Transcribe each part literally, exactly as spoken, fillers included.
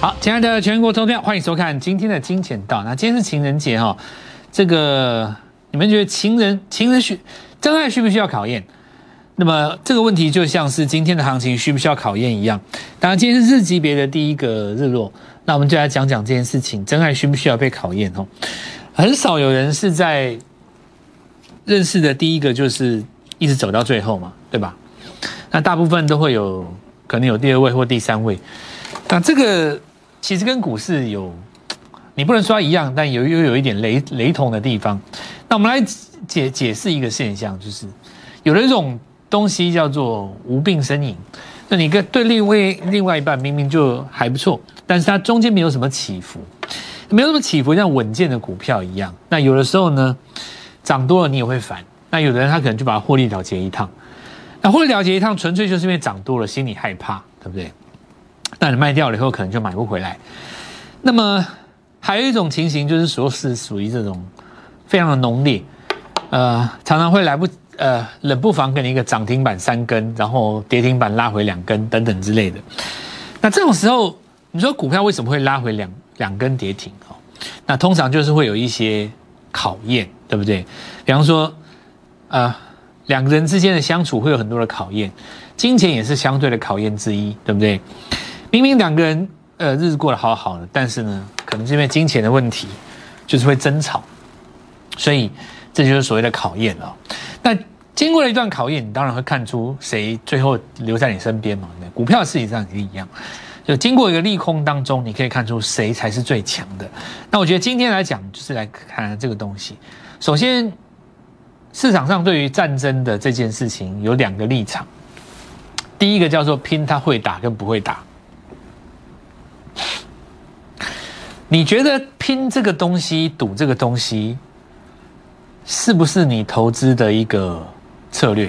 好，亲爱的全国投票，欢迎收看今天的金钱道。那今天是情人节哈，这个你们觉得情人情人需真爱需不需要考验？那么这个问题就像是今天的行情需不需要考验一样。当然，今天是日级别的第一个日落，那我们就来讲讲这件事情，真爱需不需要被考验？哦，很少有人是在认识的第一个就是一直走到最后嘛，对吧？那大部分都会有可能有第二位或第三位。那这个其实跟股市有，你不能说一样，但有又有一点雷雷同的地方。那我们来解解释一个现象，就是有的一种东西叫做无病呻吟。那你跟对另外另外一半明明就还不错，但是它中间没有什么起伏，没有什么起伏，像稳健的股票一样。那有的时候呢，涨多了你也会烦。那有的人他可能就把它获利了结一趟。那获利了结一趟，纯粹就是因为涨多了，心里害怕，对不对？那你卖掉了以后，可能就买不回来。那么还有一种情形，就是说是属于这种非常的浓烈，呃，常常会来不呃冷不防给你一个涨停板三根，然后跌停板拉回两根等等之类的。那这种时候，你说股票为什么会拉回两两根跌停？哦，那通常就是会有一些考验，对不对？比方说，呃，两个人之间的相处会有很多的考验，金钱也是相对的考验之一，对不对？明明两个人呃日子过得好好的，但是呢，可能是因为金钱的问题，就是会争吵，所以这就是所谓的考验了。那经过了一段考验，你当然会看出谁最后留在你身边嘛。股票事实上也一样，就经过一个利空当中，你可以看出谁才是最强的。那我觉得今天来讲，就是来看这个东西。首先，市场上对于战争的这件事情有两个立场，第一个叫做拼他会打跟不会打。你觉得拼这个东西、赌这个东西，是不是你投资的一个策略？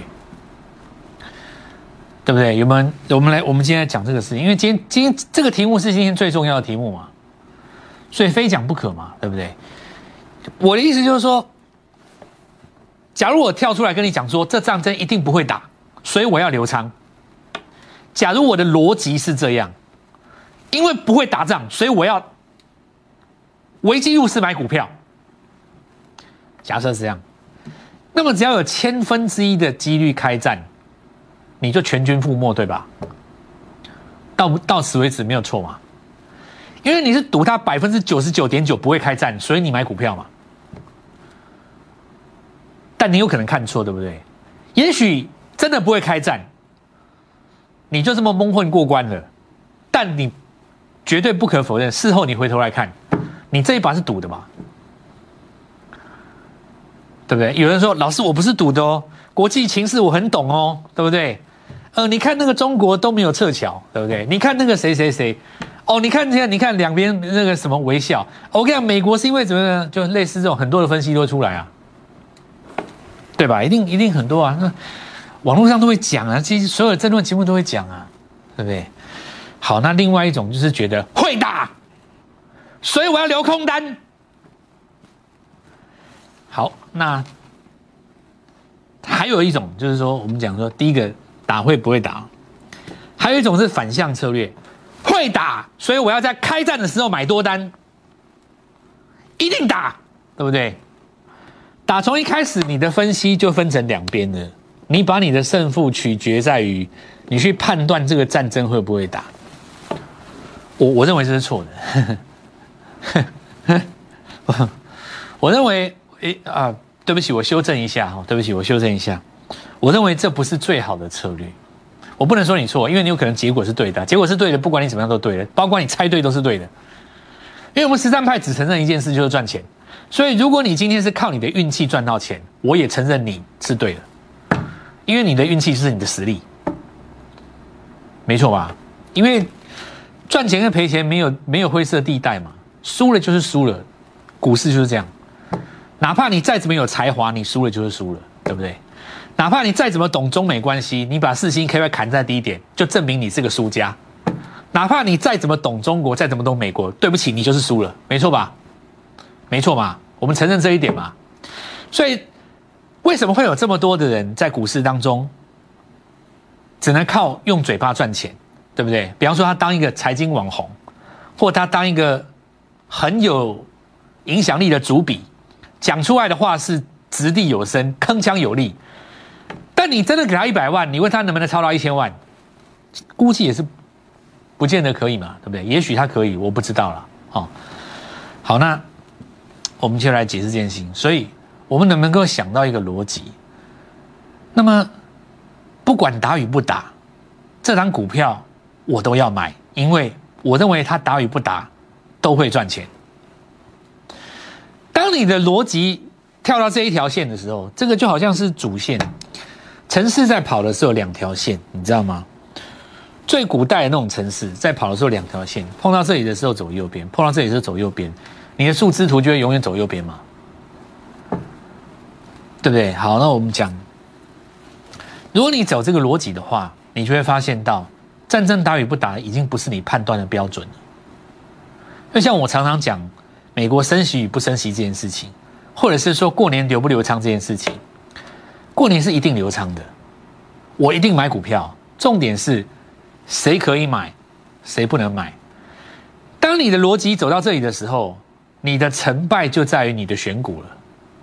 对不对？有没有？我们来，我们今天来讲这个事情，因为今天今天这个题目是今天最重要的题目嘛，所以非讲不可嘛，对不对？我的意思就是说，假如我跳出来跟你讲说，这战争一定不会打，所以我要留仓。假如我的逻辑是这样，因为不会打仗，所以我要危机入市买股票。假设是这样，那么只要有千分之一的几率开战，你就全军覆没，对吧？到到此为止没有错嘛？因为你是赌它百分之九十九点九不会开战，所以你买股票嘛。但你有可能看错，对不对？也许真的不会开战，你就这么蒙混过关了。但你绝对不可否认，事后你回头来看，你这一把是赌的嘛？对不对？有人说，老师我不是赌的哦，国际情势我很懂哦，对不对？呃，你看那个中国都没有撤侨，对不对？你看那个谁谁谁，哦，你看这样，你看两边那个什么微笑，我跟你讲，美国是因为怎么样？就类似这种很多的分析都会出来啊，对吧？一定一定很多啊，那网络上都会讲啊，其实所有的政论节目都会讲啊，对不对？好，那另外一种就是觉得会打，所以我要留空单。好，那还有一种就是说，我们讲说，第一个打会不会打，还有一种是反向策略，会打，所以我要在开战的时候买多单，一定打，对不对？打从一开始，你的分析就分成两边了，你把你的胜负取决在于你去判断这个战争会不会打。我我认为这是错的，我认为。诶啊，对不起，我修正一下哈，对不起，我修正一下，我认为这不是最好的策略。我不能说你错，因为你有可能结果是对的，结果是对的，不管你怎么样都对的，包括你猜对都是对的。因为我们实战派只承认一件事，就是赚钱。所以如果你今天是靠你的运气赚到钱，我也承认你是对的，因为你的运气就是你的实力，没错吧？因为赚钱跟赔钱没有没有灰色地带嘛，输了就是输了，股市就是这样。哪怕你再怎么有才华，你输了就是输了，对不对？哪怕你再怎么懂中美关系，你把世芯 K Y 砍在低点，就证明你是个输家。哪怕你再怎么懂中国，再怎么懂美国，对不起，你就是输了，没错吧？没错嘛，我们承认这一点嘛。所以，为什么会有这么多的人在股市当中，只能靠用嘴巴赚钱，对不对？比方说他当一个财经网红， 或他当一个很有影响力的主笔，讲出来的话是掷地有声、铿锵有力。但你真的给他一百万，你问他能不能超到一千万，估计也是不见得可以嘛，对不对？也许他可以，我不知道了。哦，好，那我们就来解释这件事情。所以，我们能不能够想到一个逻辑？那么，不管打与不打，这张股票我都要买，因为我认为它打与不打都会赚钱。当你的逻辑跳到这一条线的时候，这个就好像是主线。程式在跑的时候两条线，你知道吗？最古代的那种程式在跑的时候两条线，碰到这里的时候走右边，碰到这里的时候走右边，你的树枝图就会永远走右边嘛，对不对？好，那我们讲，如果你走这个逻辑的话，你就会发现到战争打与不打已经不是你判断的标准了。就像我常常讲美国升息与不升息这件事情，或者是说过年流不流畅这件事情。过年是一定流畅的，我一定买股票。重点是谁可以买，谁不能买。当你的逻辑走到这里的时候，你的成败就在于你的选股了，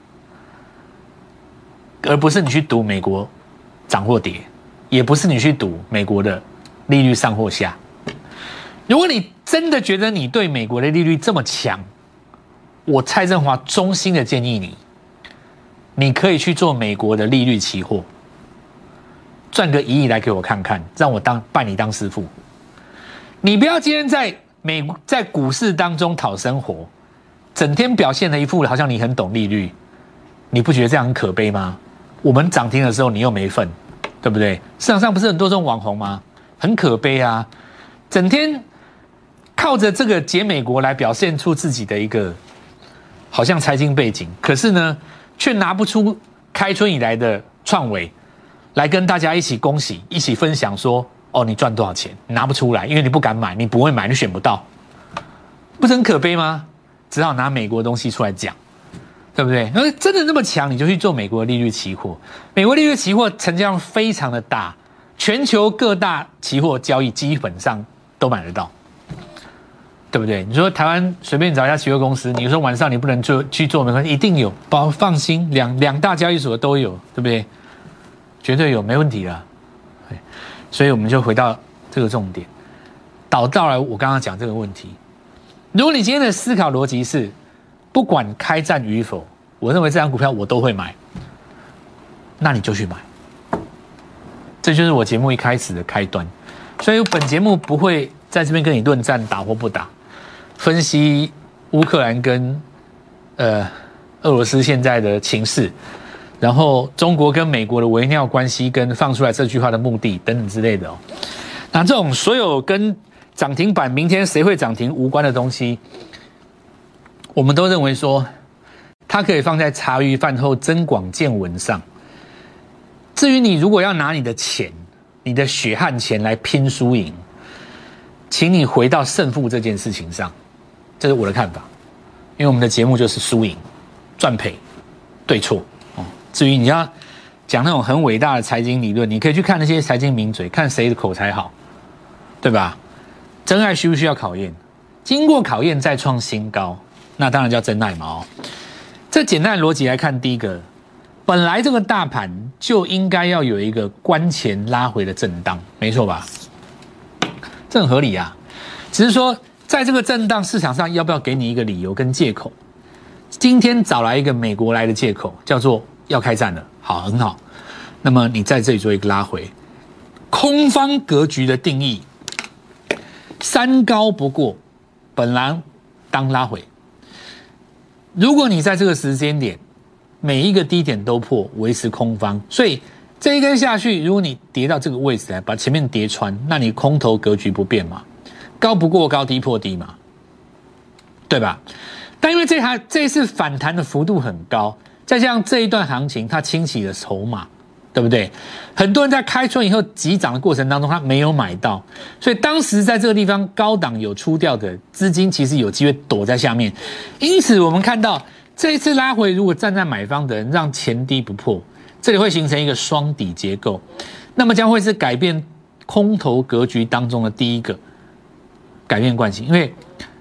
而不是你去赌美国涨或跌，也不是你去赌美国的利率上或下。如果你真的觉得你对美国的利率这么强，我蔡正华衷心的建议你。你可以去做美国的利率期货，赚个一亿来给我看看，让我当拜你当师傅。你不要今天在美在股市当中讨生活，整天表现的一副好像你很懂利率，你不觉得这样很可悲吗？我们涨停的时候你又没份，对不对？市场上不是很多这种网红吗？很可悲啊，整天靠着这个解美国来表现出自己的一个好像财经背景，可是呢？却拿不出开春以来的创维来跟大家一起恭喜，一起分享说：哦，你赚多少钱？你拿不出来，因为你不敢买，你不会买，你选不到，不是很可悲吗？只好拿美国的东西出来讲，对不对？那真的那么强，你就去做美国的利率期货。美国利率期货成交量非常的大，全球各大期货交易基本上都买得到。对不对？你说台湾随便找一家期货公司，你说晚上你不能做去做没关系，一定有，包放心，两两大交易所都有，对不对？绝对有，没问题的。所以我们就回到这个重点，导到了我刚刚讲这个问题。如果你今天的思考逻辑是，不管开战与否，我认为这张股票我都会买，那你就去买。这就是我节目一开始的开端。所以本节目不会在这边跟你论战打或不打。分析乌克兰跟呃俄罗斯现在的情势，然后中国跟美国的微妙关系跟放出来这句话的目的等等之类的哦。那这种所有跟涨停板明天谁会涨停无关的东西，我们都认为说它可以放在茶余饭后增广见闻上。至于你如果要拿你的钱、你的血汗钱来拼输赢，请你回到胜负这件事情上。这是我的看法，因为我们的节目就是输赢、赚赔、对错哦。至于你要讲那种很伟大的财经理论，你可以去看那些财经名嘴，看谁的口才好，对吧？真爱需不需要考验？经过考验再创新高，那当然叫真爱嘛哦。这简单的逻辑来看，第一个，本来这个大盘就应该要有一个关前拉回的震荡，没错吧？这很合理啊，只是说。在这个震荡市场上，要不要给你一个理由跟借口？今天找来一个美国来的借口，叫做要开战了。好，很好。那么你在这里做一个拉回，空方格局的定义，三高不过，本来当拉回。如果你在这个时间点，每一个低点都破，维持空方，所以这一根下去，如果你跌到这个位置来，把前面跌穿，那你空头格局不变嘛？高不过高，低破低嘛，对吧？但因为这台这一次反弹的幅度很高，再加上这一段行情它清洗了筹码，对不对？很多人在开春以后急涨的过程当中，他没有买到，所以当时在这个地方高档有出掉的资金，其实有机会躲在下面。因此，我们看到这一次拉回，如果站在买方的人让前低不破，这里会形成一个双底结构，那么将会是改变空头格局当中的第一个改变惯性，因为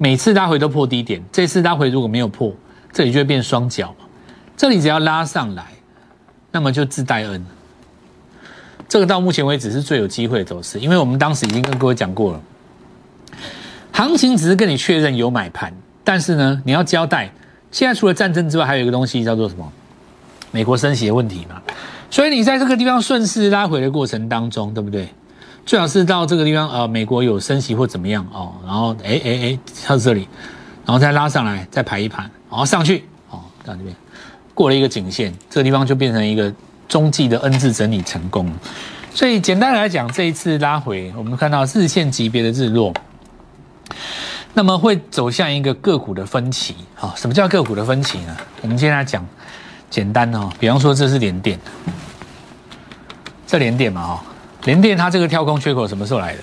每次拉回都破低点，这次拉回如果没有破，这里就会变双脚嘛。这里只要拉上来，那么就自带 N。这个到目前为止是最有机会的走势，因为我们当时已经跟各位讲过了，行情只是跟你确认有买盘，但是呢，你要交代，现在除了战争之外，还有一个东西叫做什么？美国升息的问题嘛。所以你在这个地方顺势拉回的过程当中，对不对？最好是到这个地方，呃，美国有升息或怎么样哦，然后哎哎哎，到这里，然后再拉上来，再排一盘，然后上去哦，到这边过了一个颈线，这个地方就变成一个中继的 N 字整理成功。所以简单来讲，这一次拉回，我们看到日线级别的日落，那么会走向一个个股的分歧。好、哦，什么叫个股的分歧呢？我们现在讲简单哦，比方说这是联电，这联电嘛，哦。联电它这个跳空缺口什么时候来的？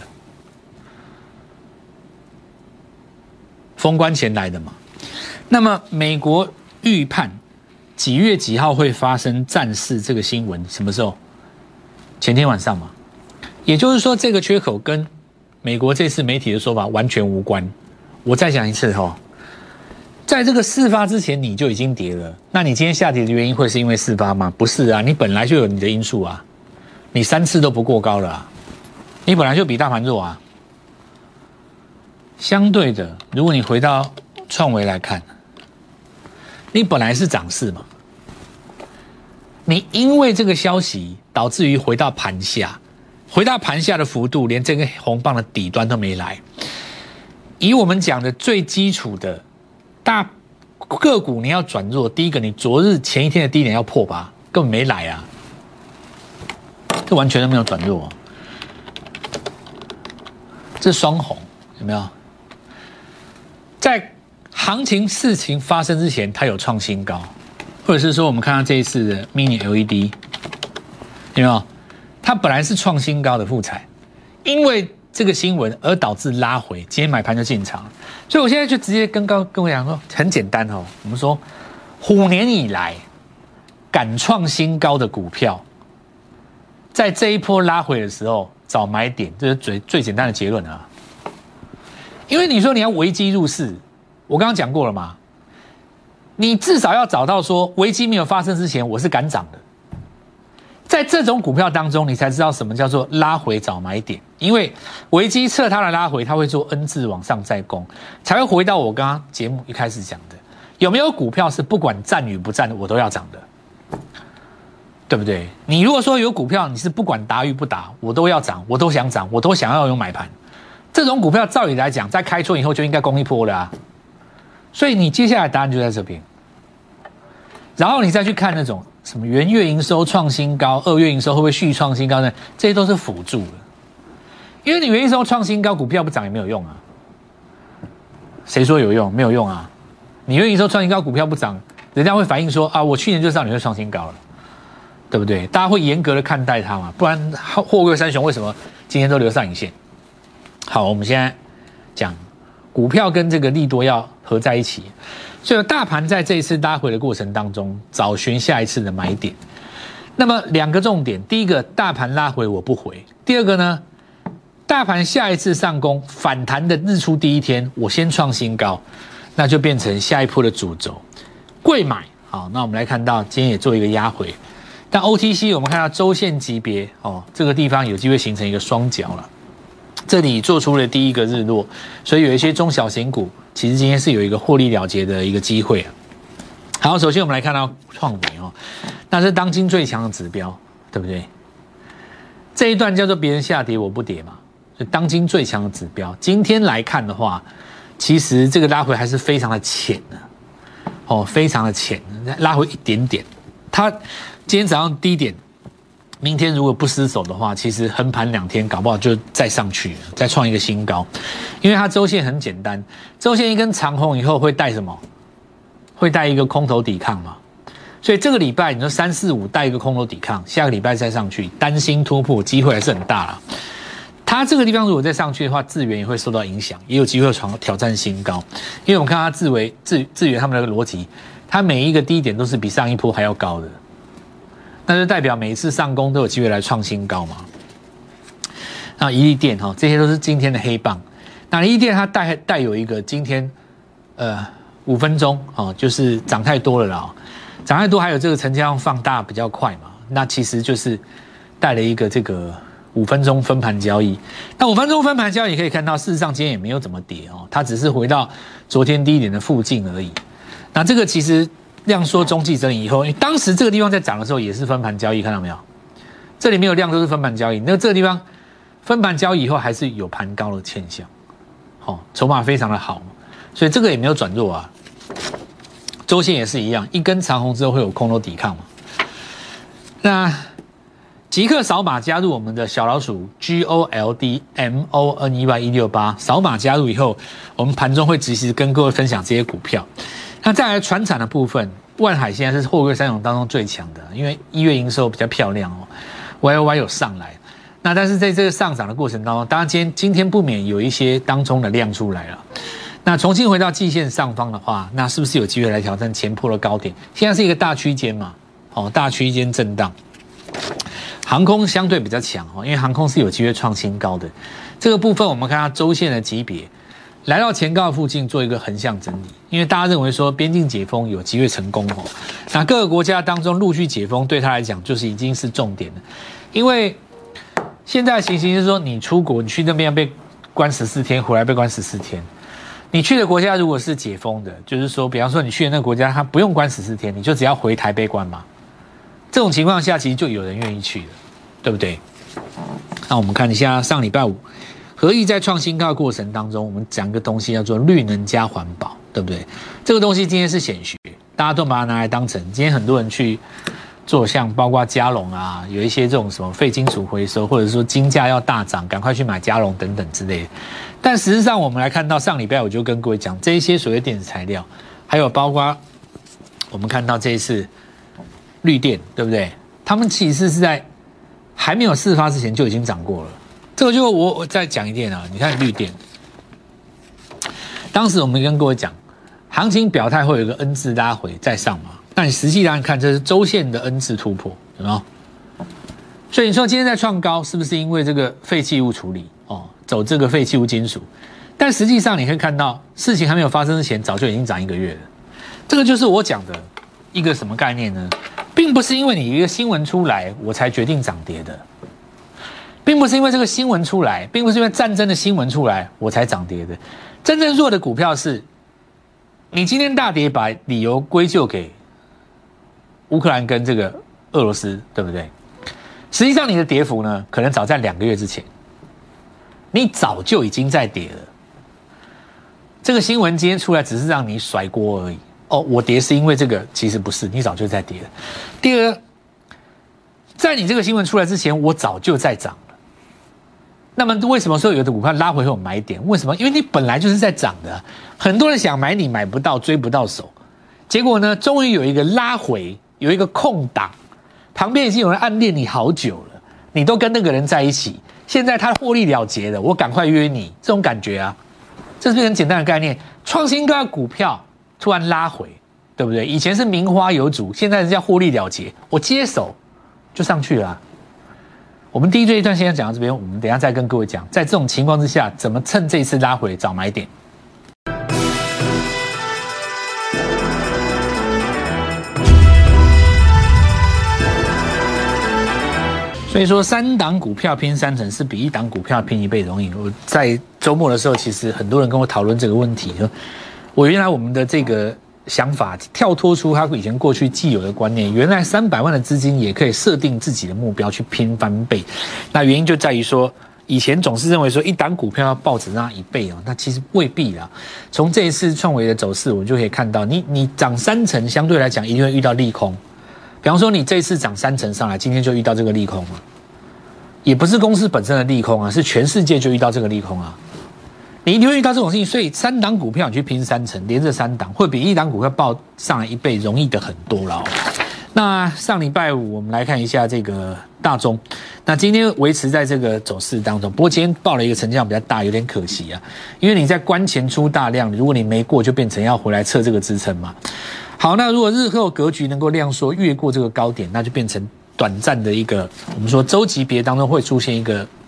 封关前来的嘛。那么美国预判几月几号会发生战事这个新闻？什么时候？前天晚上嘛。也就是说，这个缺口跟美国这次媒体的说法完全无关。我再讲一次哈、哦，在这个事发之前你就已经跌了，那你今天下跌的原因会是因为事发吗？不是啊，你本来就有你的因素啊。你三次都不过高了、啊，你本来就比大盘弱啊。相对的，如果你回到创维来看，你本来是涨势嘛，你因为这个消息导致于回到盘下，回到盘下的幅度连这根红棒的底端都没来。以我们讲的最基础的大个股，你要转弱，第一个你昨日前一天的低点要破吧，根本没来啊。这完全都没有转弱，这双红有没有？在行情事情发生之前，它有创新高，或者是说我们看到这一次的 Mini L E D， 有没有？它本来是创新高的富彩，因为这个新闻而导致拉回，今天买盘就进场，所以我现在就直接跟高跟我讲说，很简单哦，我们说虎年以来敢创新高的股票。在这一波拉回的时候找买点，这是最最简单的结论啊。因为你说你要危机入市，我刚刚讲过了嘛，你至少要找到说危机没有发生之前我是敢涨的。在这种股票当中，你才知道什么叫做拉回找买点。因为危机测它的拉回，它会做 N 字往上再攻，才会回到我刚刚节目一开始讲的，有没有股票是不管战与不战我都要涨的？对不对？你如果说有股票，你是不管打与不打，我都要涨，我都想涨，我都想要有买盘，这种股票照理来讲，在开春以后就应该攻一波了啊。所以你接下来答案就在这边，然后你再去看那种什么元月营收创新高，二月营收会不会续创新高呢？这些都是辅助的，因为你元营收创新高，股票不涨也没有用啊。谁说有用？没有用啊！你元营收创新高，股票不涨，人家会反映说啊，我去年就知道你会创新高了。对不对？大家会严格的看待它嘛，不然货柜三雄为什么今天都留上影线？好，我们现在讲股票跟这个利多要合在一起，所以大盘在这一次拉回的过程当中，找寻下一次的买点。那么两个重点，第一个，大盘拉回我不回；第二个呢，大盘下一次上攻反弹的日出第一天，我先创新高，那就变成下一波的主轴，贵买。好，那我们来看到今天也做一个压回。但 O T C 我们看到周线级别哦，这个地方有机会形成一个双脚了。这里做出了第一个日落，所以有一些中小型股其实今天是有一个获利了结的一个机会啊。好，首先我们来看到创维哦，那是当今最强的指标，对不对？这一段叫做别人下跌我不跌嘛，所以当今最强的指标。今天来看的话，其实这个拉回还是非常的浅的哦，非常的浅，拉回一点点。它今天早上低点，明天如果不失手的话，其实横盘两天，搞不好就再上去，再创一个新高。因为它周线很简单，周线一根长红以后会带什么？会带一个空头抵抗嘛。所以这个礼拜你说三四五带一个空头抵抗，下个礼拜再上去，担心突破机会还是很大啦。它这个地方如果再上去的话，智原也会受到影响，也有机会挑战新高。因为我们看它智为智智原他们的逻辑，它每一个低点都是比上一波还要高的。那就代表每一次上攻都有机会来创新高嘛。那一利电哈，这些都是今天的黑棒。 那一电它带带有一个今天呃五分钟哦，就是涨太多了啦，涨太多还有这个成交量放大比较快嘛，那其实就是带了一个这个五分钟分盘交易。那五分钟分盘交易可以看到，事实上今天也没有怎么跌哦，它只是回到昨天低点的附近而已。那这个其实量缩中继整理以后，因为当时这个地方在涨的时候也是分盘交易，看到没有？这里没有量都是分盘交易，那这个地方分盘交易以后还是有盘高的现象，好、哦，筹码非常的好，所以这个也没有转弱啊。周线也是一样，一根长红之后会有空头抵抗嘛。那即刻扫码加入我们的小老鼠 G O L D M O N E Y 一六八，扫码加入以后，我们盘中会及时跟各位分享这些股票。那再来传产的部分，万海现在是货柜三雄当中最强的，因为一月营收比较漂亮哦 ，Y O Y 有上来。那但是在这个上涨的过程当中，当然今天今天不免有一些当冲的量出来了。那重新回到季线上方的话，那是不是有机会来挑战前波的高点？现在是一个大区间嘛，哦，大区间震荡。航空相对比较强哦，因为航空是有机会创新高的。这个部分我们看它周线的级别。来到前高附近做一个横向整理，因为大家认为说边境解封有机会成功哦。那各个国家当中陆续解封，对他来讲就是已经是重点了。因为现在的情形是说，你出国，你去那边要被关十四天，回来被关十四天。你去的国家如果是解封的，就是说，比方说你去的那个国家，它不用关十四天，你就只要回台北关嘛。这种情况下，其实就有人愿意去了，对不对？那我们看一下上礼拜五。合意在创新高的过程当中，我们讲一个东西叫做绿能加环保，对不对？这个东西今天是显学，大家都把它拿来当成。今天很多人去做，像包括嘉龙啊，有一些这种什么废金属回收，或者说金价要大涨，赶快去买嘉龙等等之类的。但实际上，我们来看到上礼拜我就跟各位讲，这一些所谓电子材料，还有包括我们看到这一次绿电，对不对？他们其实是在还没有事发之前就已经涨过了。这个就我我再讲一遍啊，你看绿电，当时我们跟各位讲，行情表态会有一个 N 字拉回再上嘛，那你实际上看这是周线的 N 字突破，有没有？所以你说今天在创高，是不是因为这个废弃物处理哦，走这个废弃物金属？但实际上你可以看到，事情还没有发生之前，早就已经涨一个月了。这个就是我讲的一个什么概念呢？并不是因为你一个新闻出来，我才决定涨跌的。并不是因为这个新闻出来，并不是因为战争的新闻出来我才涨跌的。真正弱的股票是，你今天大跌把理由归咎给乌克兰跟这个俄罗斯，对不对？实际上你的跌幅呢，可能早在两个月之前，你早就已经在跌了。这个新闻今天出来，只是让你甩锅而已。哦，我跌是因为这个，其实不是，你早就在跌了。第二，在你这个新闻出来之前，我早就在涨。那么为什么说有的股票拉回会有买点？为什么？因为你本来就是在涨的，很多人想买你买不到，追不到手，结果呢，终于有一个拉回，有一个空档，旁边已经有人暗恋你好久了，你都跟那个人在一起，现在他获利了结了，我赶快约你，这种感觉啊，这是很简单的概念。创新高的股票突然拉回，对不对？以前是名花有主，现在人家获利了结，我接手就上去了啊。我们第一这一段先讲到这边，我们等一下再跟各位讲，在这种情况之下，怎么趁这次拉回找买点。所以说，三档股票拼三成是比一档股票拼一倍容易。我在周末的时候，其实很多人跟我讨论这个问题，说我原来我们的这个想法跳脱出他以前过去既有的观念，原来三百万的资金也可以设定自己的目标去拼翻倍。那原因就在于说，以前总是认为说一档股票要抱只让它一倍哦，那其实未必啦。从这一次创维的走势，我就可以看到，你你涨三成，相对来讲一定会遇到利空。比方说，你这一次涨三成上来，今天就遇到这个利空了，也不是公司本身的利空啊，是全世界就遇到这个利空啊。你一定会遇到这种事情，所以三档股票你去拼三成，连着三档会比一档股票报上来一倍容易的很多了哦。那上礼拜五我们来看一下这个大中，那今天维持在这个走势当中，不过今天报了一个成交量比较大，有点可惜啊，因为你在关前出大量，如果你没过，就变成要回来测这个支撑嘛。好，那如果日后格局能够量缩越过这个高点，那就变成短暂的一个，我们说周级别当中会出现一个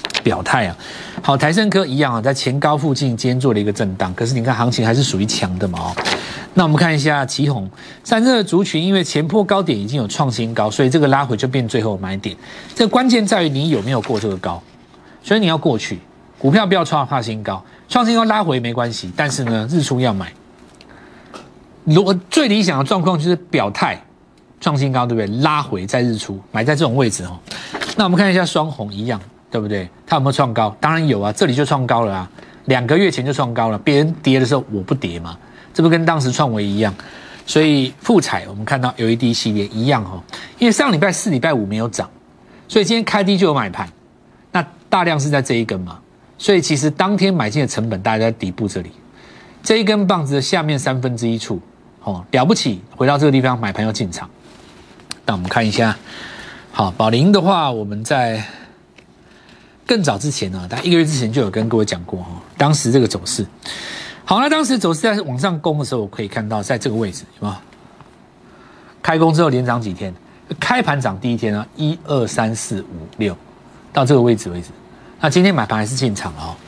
表态啊。好，台盛科一样啊，在前高附近今天做了一个震荡，可是你看行情还是属于强的嘛哦。那我们看一下奇鋐，散热族群，因为前波高点已经有创新高，所以这个拉回就变最后买点。这个关键在于你有没有过这个高，所以你要过去，股票不要创怕新高，创新高拉回没关系，但是呢，日出要买。如果最理想的状况就是表态创新高，对不对？拉回再日出，买在这种位置哦。那我们看一下双红一样，对不对？它有没有创高？当然有啊，这里就创高了啊，两个月前就创高了。别人跌的时候我不跌嘛，这不跟当时创维一样？所以富彩我们看到 L E D 系列一样哦，因为上礼拜四、礼拜五没有涨，所以今天开低就有买盘，那大量是在这一根嘛，所以其实当天买进的成本大概在底部这里，这一根棒子的下面三分之一处。哦，了不起，回到这个地方买盘要进场。那我们看一下，好，宝林的话，我们在更早之前呢，大概一个月之前就有跟各位讲过哈，当时这个走势。好，那当时走势在往上攻的时候，我可以看到在这个位置，有没有？开工之后连涨几天？开盘涨第一天啊，一二三四五六，到这个位置为止。那今天买盘还是进场了哦。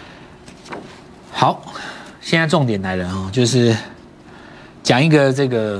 好，现在重点来了哦，就是。讲一个这个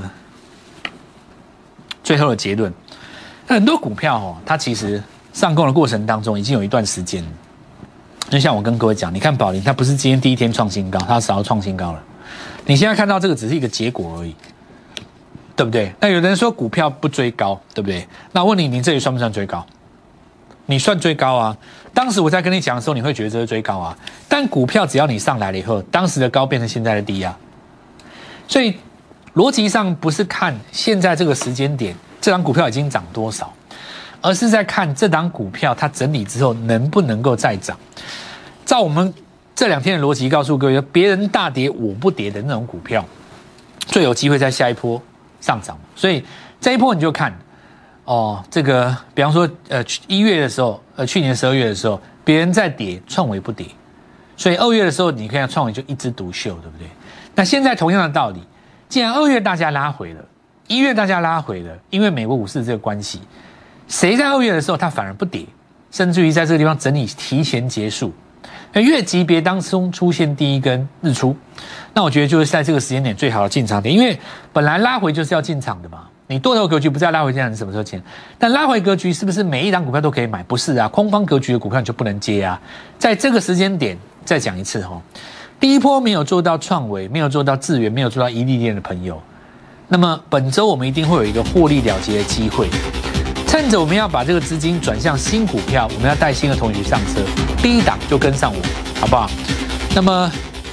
最后的结论，很多股票哦，它其实上攻的过程当中已经有一段时间了。就像我跟各位讲，你看宝林，它不是今天第一天创新高，它早就创新高了。你现在看到这个只是一个结果而已，对不对？那有人说股票不追高，对不对？那我问你，你这里算不算追高？你算追高啊！当时我在跟你讲的时候，你会觉得这是追高啊。但股票只要你上来了以后，当时的高变成现在的低啊，所以。逻辑上不是看现在这个时间点这档股票已经涨多少，而是在看这档股票它整理之后能不能够再涨。照我们这两天的逻辑告诉各位，别人大跌我不跌的那种股票，最有机会在下一波上涨。所以这一波你就看哦，这个比方说呃一月的时候，呃去年十二月的时候，别人在跌，创维不跌，所以二月的时候你看创维就一枝独秀，对不对？那现在同样的道理。既然二月大家拉回了，一月大家拉回了，因为美国股市这个关系，谁在二月的时候它反而不跌，甚至于在这个地方整理提前结束，月级别当中出现第一根日出，那我觉得就是在这个时间点最好的进场点，因为本来拉回就是要进场的嘛，你多头格局不是要拉回进场，你什么时候进？但拉回格局是不是每一档股票都可以买？不是啊，空方格局的股票你就不能接啊，在这个时间点再讲一次哈。第一波没有做到创维，没有做到智原，没有做到一利电的朋友，那么本周我们一定会有一个获利了结的机会。趁着我们要把这个资金转向新股票，我们要带新的同学上车，第一档就跟上我，好不好？那么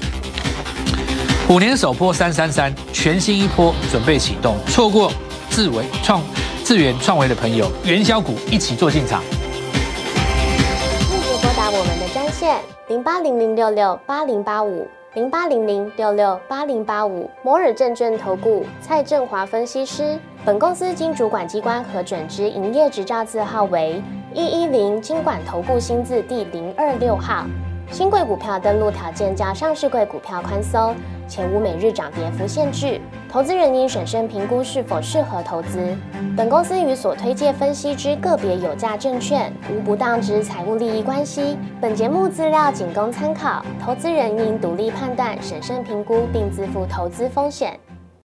五年首波三三三，全新一波准备启动，错过智维创智原创维的朋友，元宵股一起做进场。 立即拨打我们的专线。零八零零六六八零八五零八零零六六八零八五摩尔证券投顾蔡正华分析师。本公司经主管机关核准之营业执照字号为一一零金管投顾新字第零二六号。新贵股票登录条件较上市柜股票宽松，且无每日涨跌幅限制。投资人应审慎评估是否适合投资。本公司与所推介分析之个别有价证券无不当之财务利益关系。本节目资料仅供参考，投资人应独立判断、审慎评估并自负投资风险。